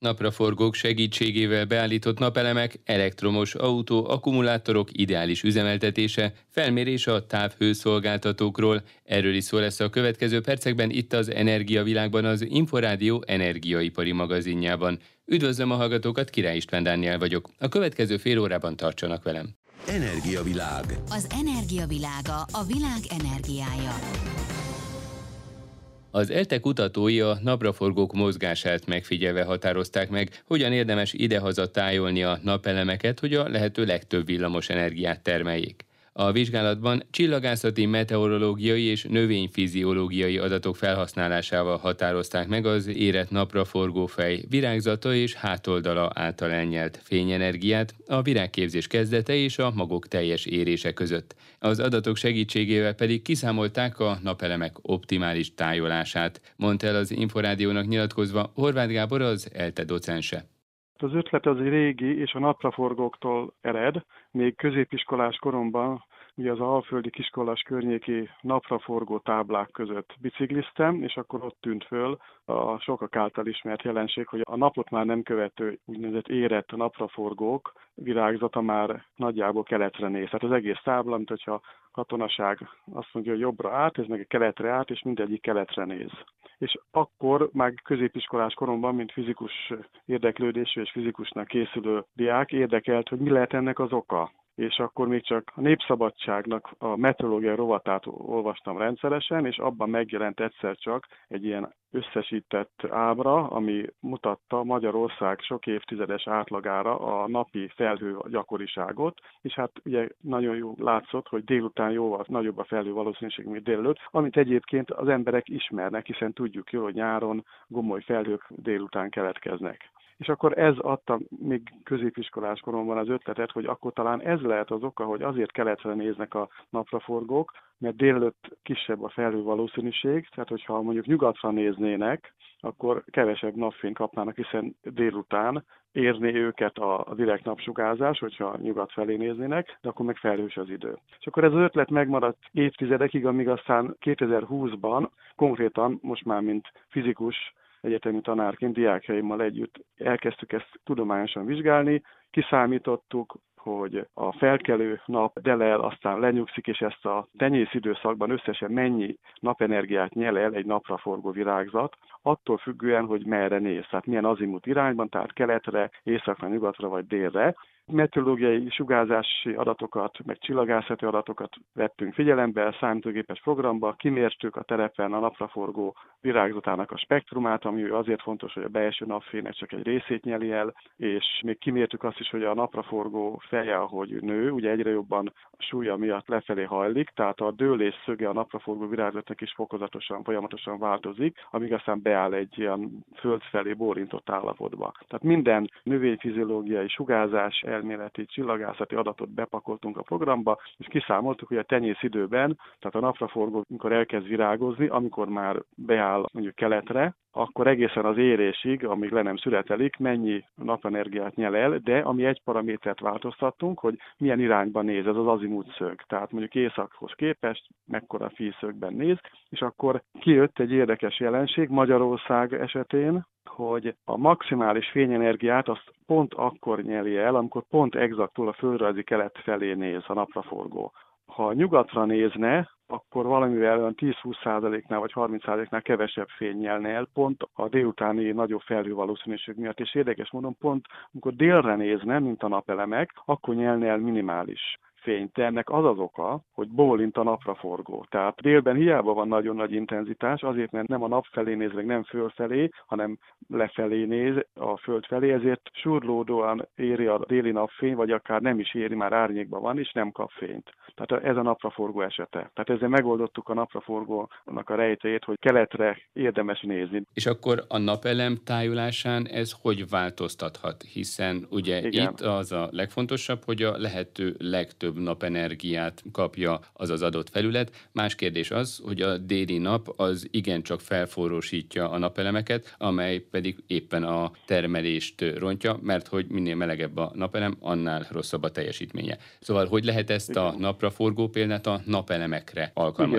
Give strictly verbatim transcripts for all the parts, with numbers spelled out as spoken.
Napraforgók segítségével beállított napelemek, elektromos autó, akkumulátorok ideális üzemeltetése, felmérés a távhőszolgáltatókról. Erről is szó lesz a következő percekben itt az Energiavilágban, az Inforádió energiaipari magazinjában. Üdvözlöm a hallgatókat, Király István Dániel vagyok. A következő fél órában tartsanak velem. Energiavilág. Az energiavilága, a világ energiája. Az ELTE kutatói a napraforgók mozgását megfigyelve határozták meg, hogyan érdemes idehaza tájolni a napelemeket, hogy a lehető legtöbb villamos energiát termeljék. A vizsgálatban csillagászati, meteorológiai és növényfiziológiai adatok felhasználásával határozták meg az érett napraforgófej virágzata és hátoldala által elnyelt fényenergiát a virágképzés kezdete és a magok teljes érése között. Az adatok segítségével pedig kiszámolták a napelemek optimális tájolását, mondta el az Inforádiónak nyilatkozva Horváth Gábor, az ELTE docense. Az ötlet az egy régi és a napraforgóktól ered. Még középiskolás koromban ugye az alföldi kiskolás környéki napraforgó táblák között bicikliztem, és akkor ott tűnt föl a sokak által ismert jelenség, hogy a napot már nem követő úgynevezett érett napraforgók virágzata már nagyjából keletre néz. Tehát az egész tábla, mint hogyha katonaság azt mondja, hogy jobbra át, ez meg a keletre át, és mindegyik keletre néz. És akkor már középiskolás koromban, mint fizikus érdeklődésű és fizikusnak készülő diák érdekelt, hogy mi lehet ennek az oka. És akkor még csak a Népszabadságnak a meteorológiai rovatát olvastam rendszeresen, és abban megjelent egyszer csak egy ilyen összesített ábra, ami mutatta Magyarország sok évtizedes átlagára a napi felhő gyakoriságot, és hát ugye nagyon jó látszott, hogy délután jóval nagyobb a felhő valószínűség, mint délelőtt, amit egyébként az emberek ismernek, hiszen tudjuk jól, hogy nyáron gomoly felhők délután keletkeznek. És akkor ez adta még középiskolás koromban az ötletet, hogy akkor talán ez lehet az oka, hogy azért keletre néznek a napraforgók, mert délelőtt kisebb a felhő valószínűség, tehát hogyha mondjuk nyugatra néznének, akkor kevesebb napfényt kapnának, hiszen délután érné őket a direkt napsugárzás, hogyha nyugat felé néznének, de akkor meg felhős az idő. És akkor ez az ötlet megmaradt évtizedekig, amíg aztán kétezer-húszban konkrétan most már mint fizikus, egyetemi tanárként diákjaimmal együtt elkezdtük ezt tudományosan vizsgálni, kiszámítottuk, hogy a felkelő nap delel, aztán lenyugszik, és ezt a tenyész időszakban összesen mennyi napenergiát nyel el egy napraforgó virágzat, attól függően, hogy merre néz, tehát milyen azimut irányban, tehát keletre, északra, nyugatra vagy délre. Meteorológiai sugárzási adatokat, meg csillagászati adatokat vettünk figyelembe, számítógépes programba, kimértük a terepen a napraforgó virágzatának a spektrumát, ami azért fontos, hogy a belső napfénynek csak egy részét nyeli el, és még kimértük azt is, hogy a napraforgó feje, ahogy nő, ugye egyre jobban a súlya miatt lefelé hajlik, tehát a dőlés szöge a napraforgó virágzatnak is fokozatosan, folyamatosan változik, amíg aztán beáll egy ilyen föld felé bólintott állapotba. Tehát minden növényfiziológiai sugárzás, elméleti, csillagászati adatot bepakoltunk a programba, és kiszámoltuk, hogy a tenyész időben, tehát a napraforgó, amikor elkezd virágozni, amikor már beáll mondjuk keletre, akkor egészen az érésig, amíg le nem születelik, mennyi napenergiát nyel el, de ami egy paramétert változtattunk, hogy milyen irányban néz, ez az azimut szög. Tehát mondjuk északhoz képest mekkora físzögben néz, és akkor kijött egy érdekes jelenség Magyarország esetén, hogy a maximális fényenergiát azt pont akkor nyeli el, amikor pont exaktul a földrajzi kelet felé néz a napraforgó. Ha nyugatra nézne, akkor valamivel olyan tíz-húsz százaléknál vagy harminc százaléknál kevesebb fény nyelne el, pont a délutáni nagyobb felhő valószínűség miatt. És érdekes módon pont, amikor délre nézne, mint a napelemek, akkor nyelne el minimális fényt. De ennek az az oka, hogy bólint a napraforgó. Tehát délben hiába van nagyon nagy intenzitás, azért, mert nem a nap felé néz, meg nem fölfelé, hanem lefelé néz a föld felé, ezért surlódóan éri a déli napfény, vagy akár nem is éri, már árnyékban van, és nem kap fényt. Tehát ez a napraforgó esete. Tehát ezzel megoldottuk a napraforgónak a rejtélyét, hogy keletre érdemes nézni. És akkor a napelem tájolásán ez hogy változtathat? Hiszen ugye Igen. Itt az a legfontosabb, hogy a lehető legtöbb napenergiát kapja az az adott felület. Más kérdés az, hogy a déli nap az igencsak felforrósítja a napelemeket, amely pedig éppen a termelést rontja, mert hogy minél melegebb a napelem, annál rosszabb a teljesítménye. Szóval hogy lehet ezt a napraforgó példát a napelemekre alkalmazni? Igen.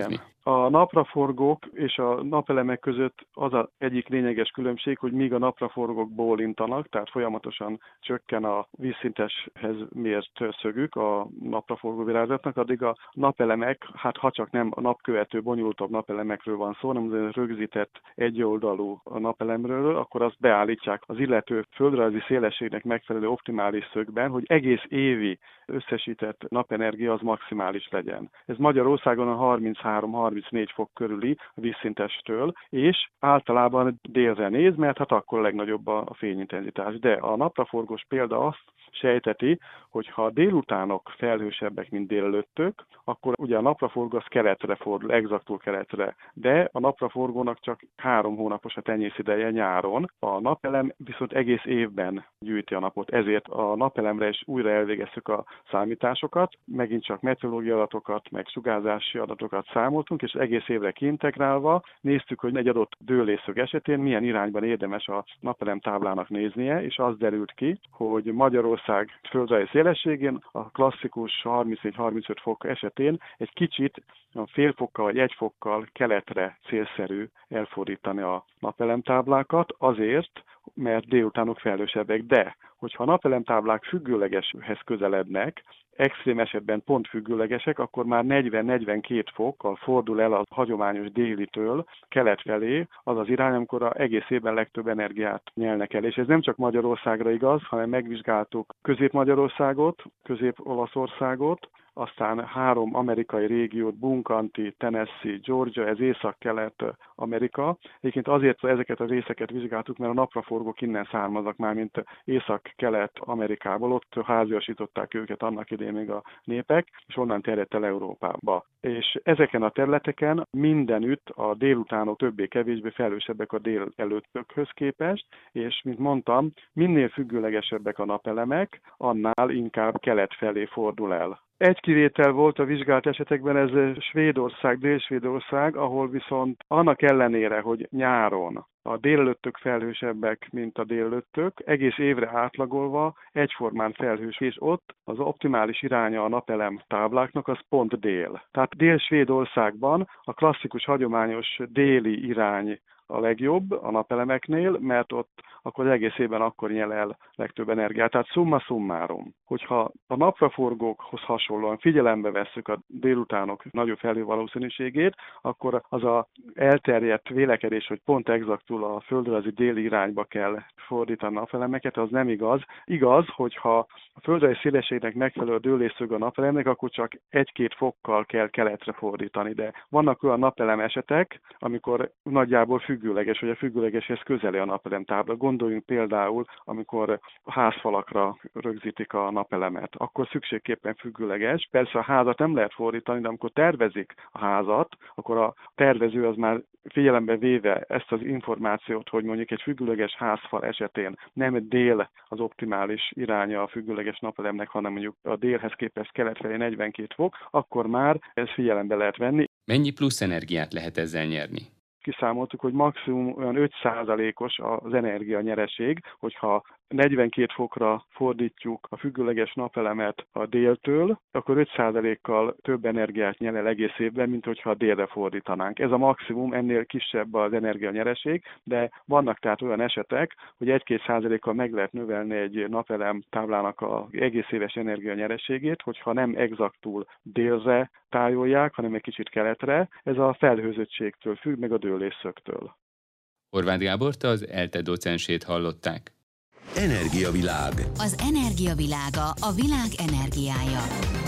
A napraforgók és a napelemek között az az egyik lényeges különbség, hogy míg a napraforgók bólintanak, tehát folyamatosan csökken a vízszinteshez mért szögük a napraforgó virágzatnak, addig a napelemek, hát ha csak nem a napkövető bonyolultabb napelemekről van szó, hanem az rögzített egyoldalú a napelemről, akkor azt beállítják az illető földrajzi szélességnek megfelelő optimális szögben, hogy egész évi összesített napenergia az maximális legyen. Ez Magyarországon a harminchárom-harmincnégy fok körüli vízszintestől, és általában délre néz, mert hát akkor a legnagyobb a fényintenzitás. De a napraforgós példa azt sejteti, hogy ha a délutánok felhősebbek, mint délelőttök, akkor ugye a napraforgó az keletre fordul, exaktul keletre, de a napraforgónak csak három hónapos a tenyészideje nyáron, a napelem viszont egész évben gyűjti a napot, ezért a napelemre is újra elvégeztük a számításokat, megint csak meteorológiai adatokat, meg sugárzási adatokat számoltunk, és egész évre kiintegrálva néztük, hogy egy adott dőlészög esetén milyen irányban érdemes a napelem táblának néznie, és az derült ki, hogy Magyarország földrajzi szélességén a klasszikus harmincnégy-harmincöt fok esetén egy kicsit a fél fokkal vagy egy fokkal keletre célszerű elfordítani a napelemtáblákat, azért, mert délutánok felhősebbek, de hogyha a napelemtáblák függőlegeshez közelednek, extrém esetben pont függőlegesek, akkor már negyven-negyvenkét fokkal fordul el a hagyományos délitől kelet felé az az irány, amikor az egész évben legtöbb energiát nyelnek el. És ez nem csak Magyarországra igaz, hanem megvizsgáltuk Közép-Magyarországot, Közép-Olaszországot, aztán három amerikai régiót, Bunkanti, Tennessee, Georgia, ez Észak-Kelet-Amerika. Egyébként azért ezeket a részeket vizsgáltuk, mert a napraforgók innen származnak már, mint Észak-Kelet-Amerikából, ott háziasították őket annak idején még a népek, és onnan terjedt el Európába. És ezeken a területeken mindenütt a délutánok többé-kevésbé felhősebbek a délelőttökhöz képest, és mint mondtam, minél függőlegesebbek a napelemek, annál inkább kelet felé fordul el. Egy kivétel volt a vizsgált esetekben, ez Svédország, Dél-Svédország, ahol viszont annak ellenére, hogy nyáron a délelőttök felhősebbek, mint a délelőttök, egész évre átlagolva egyformán felhős, és ott az optimális iránya a napelem tábláknak az pont dél. Tehát Dél-Svédországban a klasszikus, hagyományos déli irány a legjobb a napelemeknél, mert ott akkor egész évben akkor nyel el legtöbb energiát. Tehát summa summarum, hogyha a napraforgókhoz hasonlóan figyelembe vesszük a délutánok nagyobb felhő valószínűségét, akkor az a elterjedt vélekedés, hogy pont exaktul a földrajzi déli irányba kell fordítani a napelemeket, az nem igaz. Igaz, hogyha a földrajzi szélességnek megfelelő a dőlészög a napelemnek, akkor csak egy-két fokkal kell keletre fordítani, de vannak olyan napelem esetek, amikor nagyjából függőleges, vagy a függőlegeshez közeli a napelemtábla. Gondoljunk például, amikor a házfalakra rögzítik a napelemet, akkor szükségképpen függőleges. Persze a házat nem lehet fordítani, de amikor tervezik a házat, akkor a tervező az már figyelembe véve ezt az információt, hogy mondjuk egy függőleges házfal esetén nem dél az optimális iránya a függőleges napelemnek, hanem mondjuk a délhez képest kelet felé negyvenkét fok, akkor már ezt figyelembe lehet venni. Mennyi plusz energiát lehet ezzel nyerni? Kiszámoltuk, hogy maximum olyan öt százalékos az energianyereség, hogyha negyvenkét fokra fordítjuk a függőleges napelemet a déltől, akkor öt százalékkal több energiát nyer el egész évben, mint hogyha a délre fordítanánk. Ez a maximum, ennél kisebb az energianyereség, de vannak tehát olyan esetek, hogy egy-két százalékkal meg lehet növelni egy napelem táblának az egész éves energianyereségét, hogyha nem exaktul délre tájolják, hanem egy kicsit keletre. Ez a felhőzöttségtől függ, meg a dőlészögtől. Horváth Gábort, az ELTE docensét hallották. Energiavilág. Az energiavilága, a világ energiája.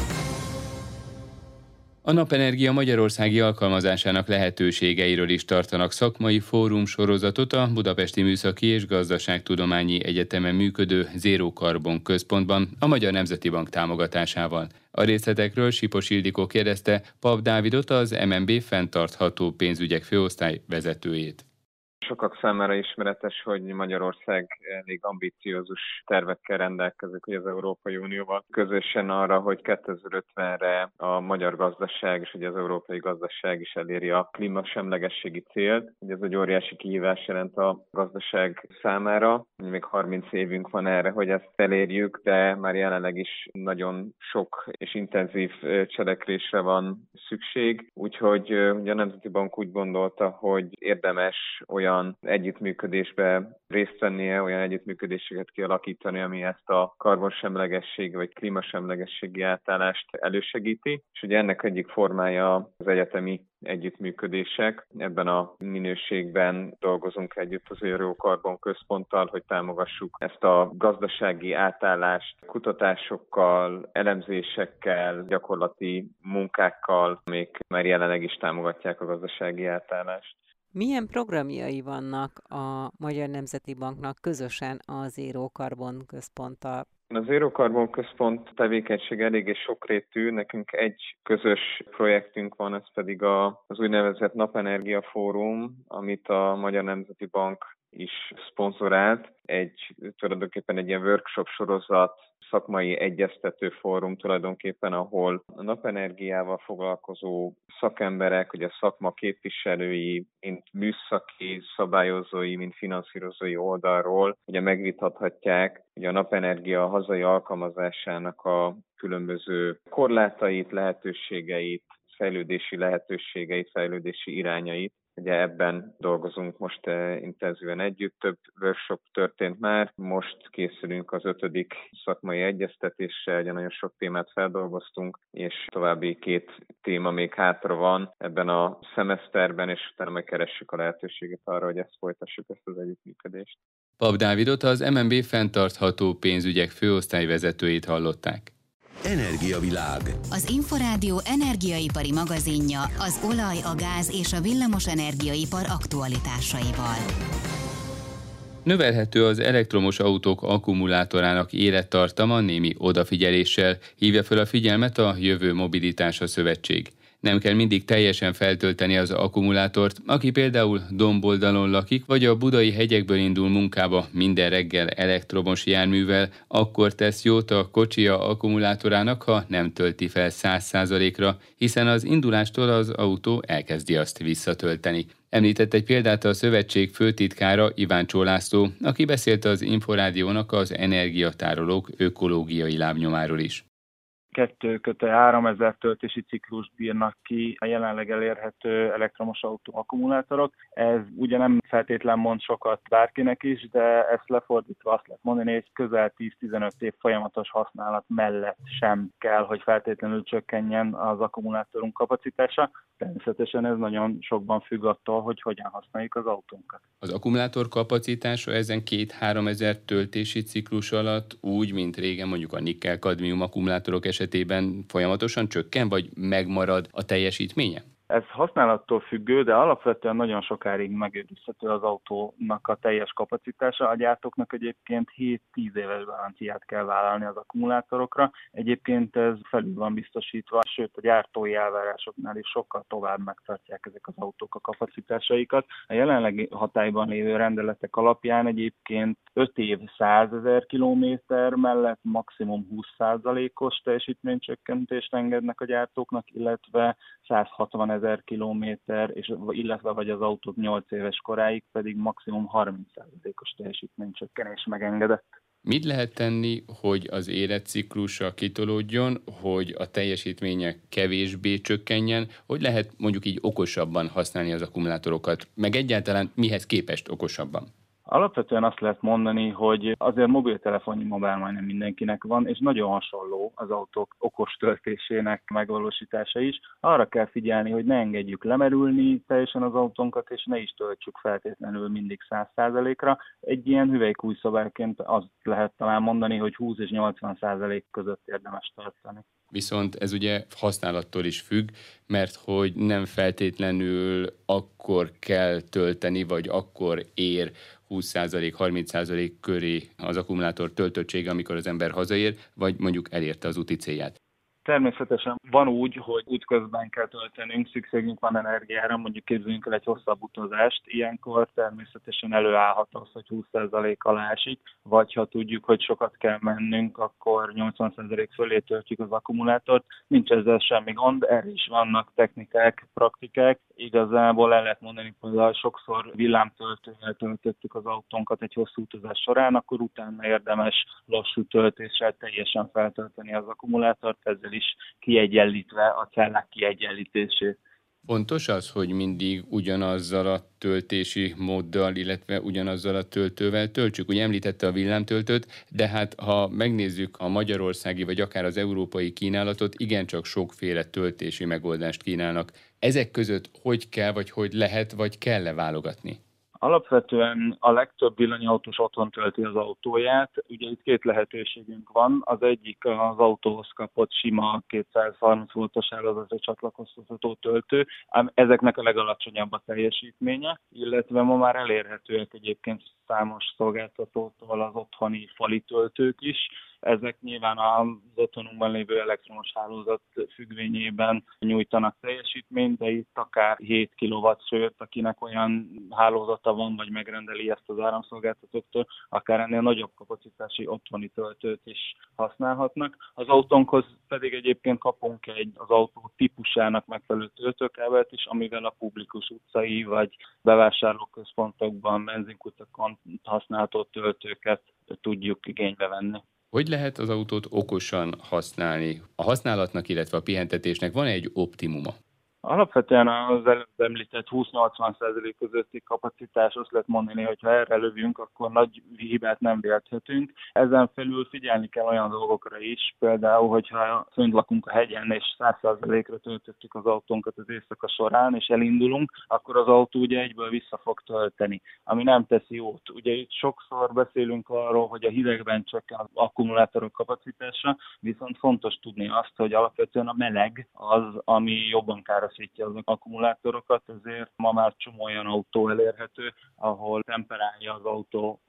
A napenergia magyarországi alkalmazásának lehetőségeiről is tartanak szakmai fórum sorozatot a Budapesti Műszaki és Gazdaságtudományi Egyetemen működő Zero Carbon központban a Magyar Nemzeti Bank támogatásával. A részletekről Sipos Ildikó kérdezte Pap Dávidot, az em en bé fenntartható pénzügyek főosztály vezetőjét. Sokak számára ismeretes, hogy Magyarország elég ambiciózus tervekkel rendelkezik, hogy az Európai Unióval közösen arra, hogy kétezer-ötvenre a magyar gazdaság és ugye az európai gazdaság is eléri a klímasemlegességi célt. Ugye ez egy óriási kihívás jelent a gazdaság számára. Még harminc évünk van erre, hogy ezt elérjük, de már jelenleg is nagyon sok és intenzív cselekvésre van szükség. Úgyhogy ugye a Nemzeti Bank úgy gondolta, hogy érdemes olyan együttműködésbe részt vennie, olyan együttműködéseket kialakítani, ami ezt a karbonsemlegesség vagy klímasemlegességi átállást elősegíti. És ugye ennek egyik formája az egyetemi együttműködések. Ebben a minőségben dolgozunk együtt az Eurokarbon Központtal, hogy támogassuk ezt a gazdasági átállást kutatásokkal, elemzésekkel, gyakorlati munkákkal, amik már jelenleg is támogatják a gazdasági átállást. Milyen programjai vannak a Magyar Nemzeti Banknak közösen az Eurokarbon Központtal? Az Eurokarbon Központ tevékenység eléggé sokrétű, nekünk egy közös projektünk van, ez pedig a, az úgynevezett Napenergia Fórum, amit a Magyar Nemzeti Bank is szponzorált. Egy, tulajdonképpen egy ilyen workshop sorozat, szakmai egyeztető fórum tulajdonképpen, ahol a napenergiával foglalkozó szakemberek, ugye a szakma képviselői, mint műszaki, szabályozói, mint finanszírozói oldalról ugye megvitathatják ugye a napenergia hazai alkalmazásának a különböző korlátait, lehetőségeit, fejlődési lehetőségeit, fejlődési irányait. Ugye ebben dolgozunk most intenzíven együtt, több workshop történt már, most készülünk az ötödik szakmai egyeztetésre, ugye nagyon sok témát feldolgoztunk, és további két téma még hátra van ebben a szemeszterben, és utána megkeressük a lehetőséget arra, hogy ezt folytassuk, ezt az együttműködést. Pap Dávidot, az em en bé fenntartható pénzügyek főosztályvezetőjét hallották. Energiavilág. Az Inforádió energiaipari magazinja az olaj, a gáz és a villamos energiaipar aktualitásaival. Növelhető az elektromos autók akkumulátorának élettartama némi odafigyeléssel, hívja fel a figyelmet a Jövő Mobilitása Szövetség. Nem kell mindig teljesen feltölteni az akkumulátort, aki például domboldalon lakik, vagy a budai hegyekből indul munkába minden reggel elektromos járművel, akkor tesz jót a kocsija akkumulátorának, ha nem tölti fel száz százalékra, hiszen az indulástól az autó elkezdi azt visszatölteni. Említett egy példát a szövetség főtitkára, Iváncsó László, aki beszélt az Inforádiónak az energiatárolók ökológiai lábnyomáról is. kettő kötőjel háromezer töltési ciklust bírnak ki a jelenleg elérhető elektromos autó akkumulátorok. Ez ugye nem feltétlen mond sokat bárkinek is, de ezt lefordítva azt lehet mondani, hogy közel tíz-tizenöt év folyamatos használat mellett sem kell, hogy feltétlenül csökkenjen az akkumulátorunk kapacitása. Természetesen ez nagyon sokban függ attól, hogy hogyan használjuk az autónkat. Az akkumulátor kapacitása ezen két-háromezer töltési ciklus alatt úgy, mint régen mondjuk a nikkel-kadmium akkumulátorok esetében folyamatosan csökken, vagy megmarad a teljesítménye? Ez használattól függő, de alapvetően nagyon sokáig megőrizhető az autónak a teljes kapacitása. A gyártóknak egyébként hét-tíz éves garanciát kell vállalni az akkumulátorokra. Egyébként ez felül van biztosítva, sőt a gyártói elvárásoknál is sokkal tovább megtartják ezek az autók a kapacitásaikat. A jelenlegi hatályban lévő rendeletek alapján egyébként öt év százezer kilométer mellett maximum húsz százalékos teljesítménycsökkentést engednek a gyártóknak, illetve százhatvanezer kilométer, és illetve vagy az autók nyolc éves koráig pedig maximum harminc százalékos teljesítménycsökkenés megengedett. Mit lehet tenni, hogy az életciklusa kitolódjon, hogy a teljesítménye kevésbé csökkenjen, hogy lehet mondjuk így okosabban használni az akkumulátorokat, meg egyáltalán mihez képest okosabban? Alapvetően azt lehet mondani, hogy azért mobiltelefonja már majdnem mindenkinek van, és nagyon hasonló az autók okos töltésének megvalósítása is. Arra kell figyelni, hogy ne engedjük lemerülni teljesen az autónkat, és ne is töltsük feltétlenül mindig száz százalékra. Egy ilyen hüvelykújszabályként azt lehet talán mondani, hogy húsz és nyolcvan százalék között érdemes tartani. Viszont ez ugye használattól is függ, mert hogy nem feltétlenül akkor kell tölteni, vagy akkor ér húsz százalék, harminc százalék köré az akkumulátor töltöttsége, amikor az ember hazaér, vagy mondjuk elérte az úti célját. Természetesen van úgy, hogy útközben kell töltenünk, szükségünk van energiára, mondjuk képzeljünk el egy hosszabb utazást, ilyenkor természetesen előállhat az, hogy húsz százalék alá esik, vagy ha tudjuk, hogy sokat kell mennünk, akkor nyolcvan százalék fölé töltjük az akkumulátort. Nincs ezzel semmi gond, erre is vannak technikák, praktikák. Igazából el lehet mondani, hogy sokszor villámtöltővel töltöttük az autónkat egy hosszú utazás során, akkor utána érdemes lassú töltéssel teljesen feltölteni az akkumulátort, ezzel is kiegyenlítve a cellák kiegyenlítését. Fontos az, hogy mindig ugyanazzal a töltési móddal, illetve ugyanazzal a töltővel töltsük. Ugye említette a villámtöltőt, de hát ha megnézzük a magyarországi vagy akár az európai kínálatot, igencsak sokféle töltési megoldást kínálnak. Ezek között hogy kell, vagy hogy lehet, vagy kell-e válogatni? Alapvetően a legtöbb villanyautós otthon tölti az autóját. Ugye itt két lehetőségünk van. Az egyik az autóhoz kapott sima kétszázharminc voltos hálózatra csatlakoztatható töltő. Ezeknek a legalacsonyabb a teljesítménye, illetve ma már elérhetőek egyébként számos szolgáltatótól az otthoni fali töltők is. Ezek nyilván az otthonunkban lévő elektromos hálózat függvényében nyújtanak teljesítményt, de itt akár hét kilowatt, sőt, akinek olyan hálózata van, vagy megrendeli ezt az áramszolgáltatóktól, akár ennél nagyobb kapacitási otthoni töltőt is használhatnak. Az autónkhoz pedig egyébként kapunk egy az autó típusának megfelelő töltőkábelt is, amivel a publikus utcai vagy bevásárlóközpontokban, benzinkutakon használható töltőket tudjuk igénybe venni. Hogy lehet az autót okosan használni? A használatnak, illetve a pihentetésnek van egy optimuma? Alapvetően az előbb említett húsz-nyolcvan százalék közötti kapacitás, azt lehet mondani, hogy ha erre lövünk, akkor nagy hibát nem vélthetünk. Ezen felül figyelni kell olyan dolgokra is, például, hogyha fönt lakunk a hegyen, és száz százalékra töltöttük az autónkat az éjszaka során, és elindulunk, akkor az autó ugye egyből vissza fog tölteni, ami nem teszi jót. Ugye itt sokszor beszélünk arról, hogy a hidegben csökken az akkumulátorok kapacitása, viszont fontos tudni azt, hogy alapvetően a meleg az, ami jobban káros az akkumulátorokat, ezért ma már csomó olyan autó elérhető, ahol temperálja az autó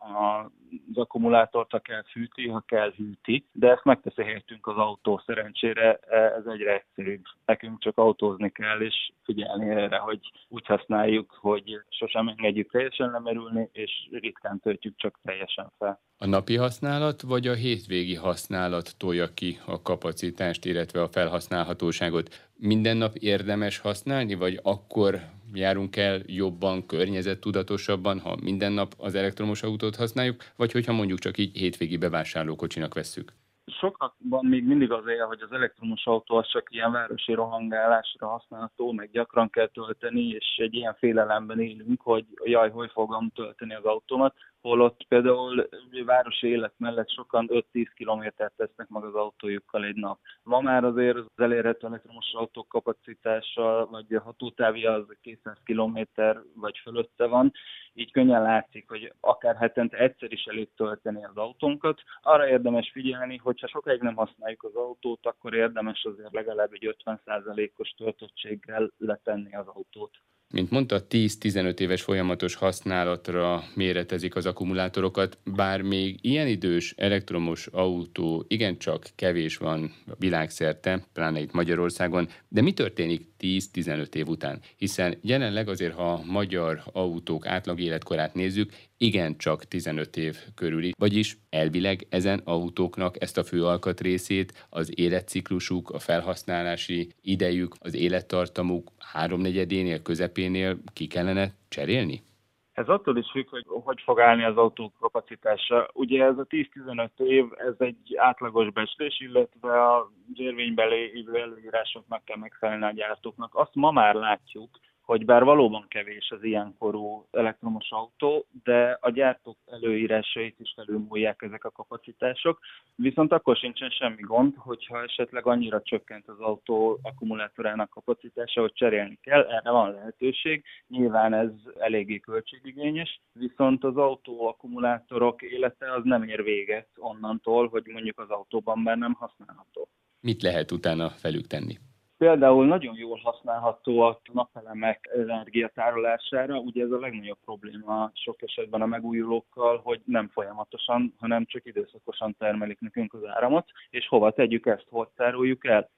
az akkumulátort, ha kell fűti, ha kell hűti, de ezt megteszi helyettünk az autó. Szerencsére ez egyre egyszerűbb. Nekünk csak autózni kell, és figyelni erre, hogy úgy használjuk, hogy sosem engedjük teljesen lemerülni, és ritkán töltjük csak teljesen fel. A napi használat vagy a hétvégi használat tolja ki a kapacitást, illetve a felhasználhatóságot? Minden nap érdemes használni, vagy akkor járunk el jobban, környezettudatosabban, ha minden nap az elektromos autót használjuk, vagy hogyha mondjuk csak így hétvégi bevásárlókocsinak vesszük? Sokakban még mindig az él, hogy az elektromos autó az csak ilyen városi rohangálásra használható, meg gyakran kell tölteni, és egy ilyen félelemben élünk, hogy jaj, hogy fogom tölteni az autómat, holott például városi élet mellett sokan öt-tíz kilométert tesznek meg az autójukkal egy nap. Ma már azért az elérhető elektromos autók kapacitása, vagy a hatótávja az kétszáz kilométer vagy fölötte van, így könnyen látszik, hogy akár hetente egyszer is elég tölteni az autónkat. Arra érdemes figyelni, hogyha sokáig nem használjuk az autót, akkor érdemes azért legalább egy ötven százalékos töltöttséggel letenni az autót. Mint mondta, tíz-tizenöt éves folyamatos használatra méretezik az akkumulátorokat, bár még ilyen idős elektromos autó igencsak kevés van világszerte, pláne itt Magyarországon, de mi történik tíz-tizenöt év után? Hiszen jelenleg azért, ha a magyar autók átlag életkorát nézzük, igencsak tizenöt év körüli, vagyis elvileg ezen autóknak ezt a fő alkatrészét, az életciklusuk, a felhasználási idejük, az élettartamuk háromnegyedénél, közepénél ki kellene cserélni? Ez attól is függ, hogy hogy fog állni az autó kapacitása. Ugye ez a tíz-tizenöt év, ez egy átlagos becslés, illetve a érvényben lévő előírásoknak kell megfelelni a gyártóknak. Azt ma már látjuk, hogy bár valóban kevés az ilyenkorú elektromos autó, de a gyártók előírásait is felülmúlják ezek a kapacitások, viszont akkor sincsen semmi gond, hogyha esetleg annyira csökkent az autó akkumulátorának kapacitása, hogy cserélni kell, erre van lehetőség, nyilván ez eléggé költségigényes, viszont az autó akkumulátorok élete az nem ér véget onnantól, hogy mondjuk az autóban már nem használható. Mit lehet utána velük tenni? Például nagyon jól használhatóak napelemek energiatárolására, ugye ez a legnagyobb probléma sok esetben a megújulókkal, hogy nem folyamatosan, hanem csak időszakosan termelik nekünk az áramot, és hova tegyük ezt, hol tároljuk el.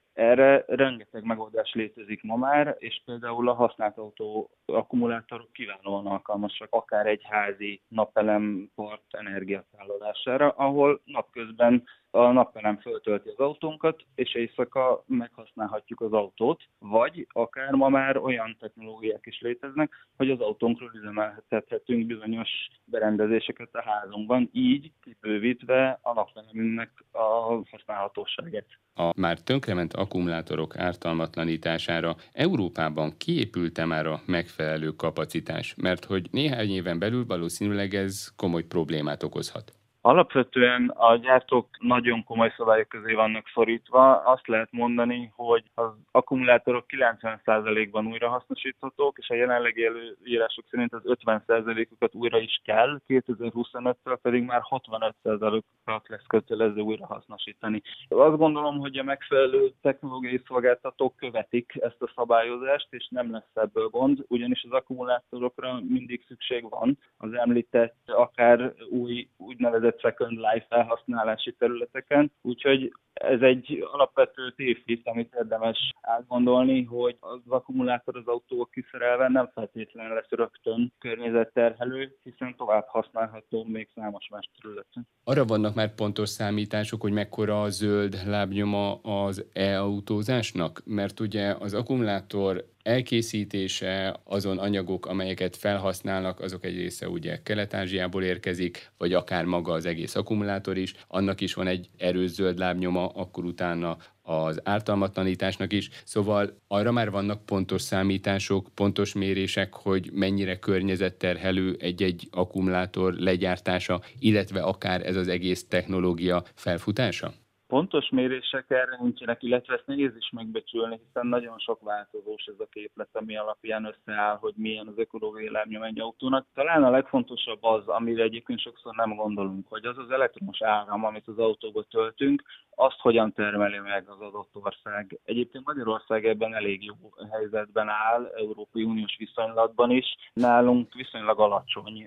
Erre rengeteg megoldás létezik ma már, és például a használt autó akkumulátorok kiválóan alkalmasak akár egy házi napelempart energiatárolására, ahol napközben a napelem föltölti az autónkat, és éjszaka meghasználhatjuk az autót, vagy akár ma már olyan technológiák is léteznek, hogy az autónkról üzemeltethetünk bizonyos berendezéseket a házunkban, így kibővítve a napelemünknek a használhatóságát. A már tönkrement akkumulátorok ártalmatlanítására Európában kiépült-e már a megfelelő kapacitás? Mert hogy néhány éven belül valószínűleg ez komoly problémát okozhat. Alapvetően a gyártók nagyon komoly szabályok közé vannak szorítva. Azt lehet mondani, hogy az akkumulátorok kilencven százalékban újrahasznosíthatók, és a jelenlegi előírások szerint az ötven százalékokat újra is kell, kétezer-huszonöttől pedig már hatvanöt százalékokat lesz kötelező újrahasznosítani. Azt gondolom, hogy a megfelelő technológiai szolgáltatók követik ezt a szabályozást, és nem lesz ebből gond, ugyanis az akkumulátorokra mindig szükség van. Az említett akár új úgynevezett second life felhasználási területeken, úgyhogy ez egy alapvető tévhit, amit érdemes átgondolni, hogy az akkumulátor az autók kiszerelve nem feltétlenül lesz rögtön környezetterhelő, hiszen tovább használható még számos más területen. Arra vannak már pontos számítások, hogy mekkora a zöld lábnyoma az e-autózásnak? Mert ugye az akkumulátor elkészítése, azon anyagok, amelyeket felhasználnak, azok egy része ugye Kelet-Ázsiából érkezik, vagy akár maga az egész akkumulátor is, annak is van egy erős zöld lábnyoma, akkor utána az ártalmatlanításnak is. Szóval arra már vannak pontos számítások, pontos mérések, hogy mennyire környezetterhelő egy-egy akkumulátor legyártása, illetve akár ez az egész technológia felfutása? Pontos mérések erre nincsenek, illetve ezt nehéz is megbecsülni, hiszen nagyon sok változós ez a képlet, ami alapján összeáll, hogy milyen az ökológiai lábnyom egy autónak. Talán a legfontosabb az, amire egyébként sokszor nem gondolunk, hogy az az elektromos áram, amit az autóba töltünk, azt hogyan termeli meg az adott ország. Egyébként Magyarország ebben elég jó helyzetben áll, Európai Uniós viszonylatban is. Nálunk viszonylag alacsony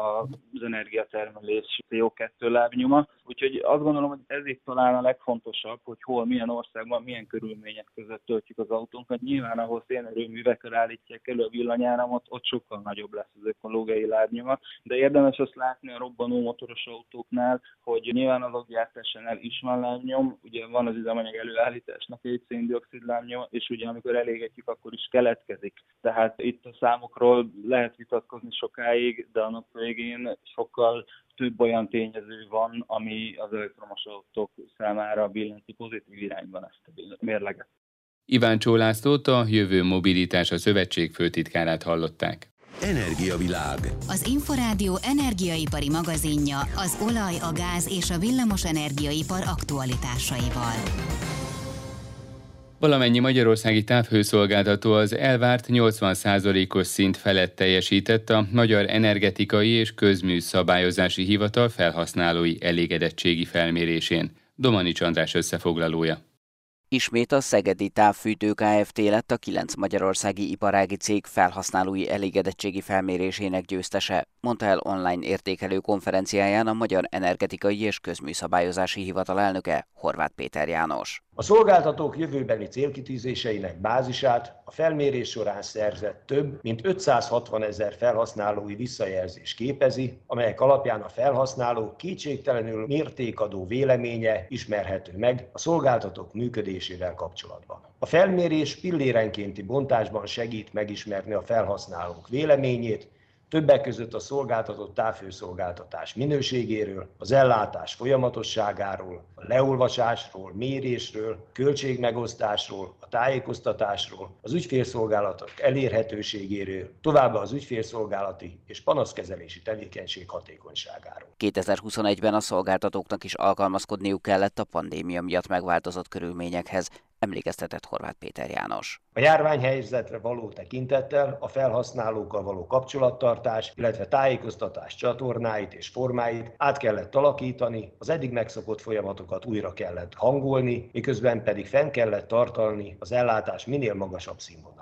az energiatermelés cé o kettő lábnyoma, úgyhogy azt gondolom, hogy ez itt talán a legfontosabb, hogy hol, milyen országban, milyen körülmények között töltjük az autónkat. Nyilván, ahol szénerőművekkel állítják elő a villanyáramot, ott sokkal nagyobb lesz az ökológiai lábnyoma, de érdemes azt látni a robbanó motoros autóknál, hogy nyilván az gyártásánál is van lábnyom, ugye van az üzemanyag előállításnak egy szén-dioxid lábnyoma, és ugye amikor elégetjük, akkor is keletkezik. Tehát itt a számokról lehet vitatkozni sokáig, de a nap végén sokkal több olyan tényező van, ami az elektromos autók számára billenti pozitív irányban ezt a mérleget. Iváncsó Lászlót, a Jövő Mobilitása Szövetség főtitkárát hallották. Energiavilág. Az Inforádió energiaipari magazinja az olaj, a gáz és a villamos energiaipar aktualitásaival. Valamennyi magyarországi távhőszolgáltató az elvárt nyolcvan százalékos szint felett teljesített a Magyar Energetikai és Közműszabályozási Hivatal felhasználói elégedettségi felmérésén. Domanics András összefoglalója. Ismét a Szegedi Távfűtő Kft. Lett a kilenc magyarországi iparági cég felhasználói elégedettségi felmérésének győztese, mondta el online értékelő konferenciáján a Magyar Energetikai és Közműszabályozási Hivatal elnöke, Horváth Péter János. A szolgáltatók jövőbeni célkitűzéseinek bázisát a felmérés során szerzett több mint ötszázhatvanezer felhasználói visszajelzés képezi, amelyek alapján a felhasználók kétségtelenül mértékadó véleménye ismerhető meg a szolgáltatók működésével kapcsolatban. A felmérés pillérenkénti bontásban segít megismerni a felhasználók véleményét, többek között a szolgáltatott távhőszolgáltatás minőségéről, az ellátás folyamatosságáról, a leolvasásról, mérésről, költségmegosztásról, a tájékoztatásról, az ügyfélszolgálatok elérhetőségéről, továbbá az ügyfélszolgálati és panaszkezelési tevékenység hatékonyságáról. kétezer-huszonegyben a szolgáltatóknak is alkalmazkodniuk kellett a pandémia miatt megváltozott körülményekhez, emlékeztetett Horváth Péter János. A járványhelyzetre való tekintettel a felhasználókkal való kapcsolattartás, illetve tájékoztatás csatornáit és formáit át kellett alakítani, az eddig megszokott folyamatokat újra kellett hangolni, miközben pedig fenn kellett tartani az ellátás minél magasabb színvonalát.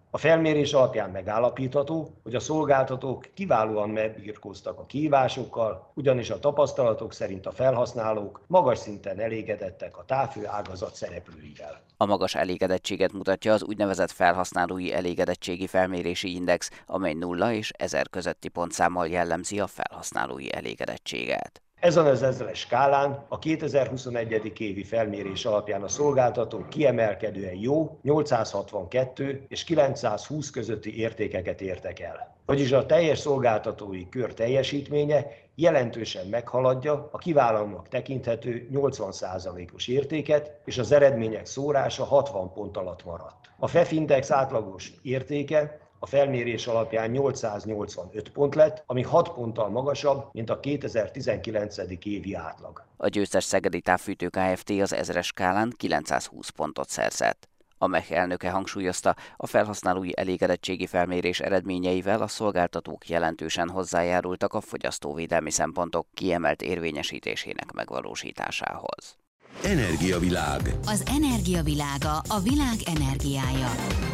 A felmérés alapján megállapítható, hogy a szolgáltatók kiválóan megbirkóztak a kihívásokkal, ugyanis a tapasztalatok szerint a felhasználók magas szinten elégedettek a távhő ágazat szereplőivel. A magas elégedettséget mutatja az úgynevezett felhasználói elégedettségi felmérési index, amely nulla és ezer közötti pontszámmal jellemzi a felhasználói elégedettséget. Ezen az ezres skálán a kétezer-huszonegyedik évi felmérés alapján a szolgáltatók kiemelkedően jó nyolcszázhatvankettő és kilencszázhúsz közötti értékeket értek el. Vagyis a teljes szolgáltatói kör teljesítménye jelentősen meghaladja a kiválónak tekinthető nyolcvan százalékos értéket, és az eredmények szórása hatvan pont alatt maradt. A ef e ef-index átlagos értéke a felmérés alapján nyolcszáznyolcvanöt pont lett, ami hat ponttal magasabb, mint a kétezer-tizenkilenc. évi átlag. A győztes Szegedi Távfűtő Kft. Az ezres skálán kilencszázhúsz pontot szerzett. A em e há elnöke hangsúlyozta, a felhasználói elégedettségi felmérés eredményeivel a szolgáltatók jelentősen hozzájárultak a fogyasztóvédelmi szempontok kiemelt érvényesítésének megvalósításához. Energiavilág. Az energiavilága, a világ energiája.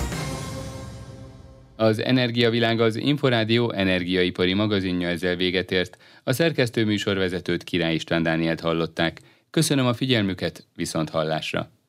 Az Energiavilág az Inforádió energiaipari magazinja ezzel véget ért. A szerkesztő műsorvezetőt, Király István Dánielt hallották. Köszönöm a figyelmüket, viszont hallásra!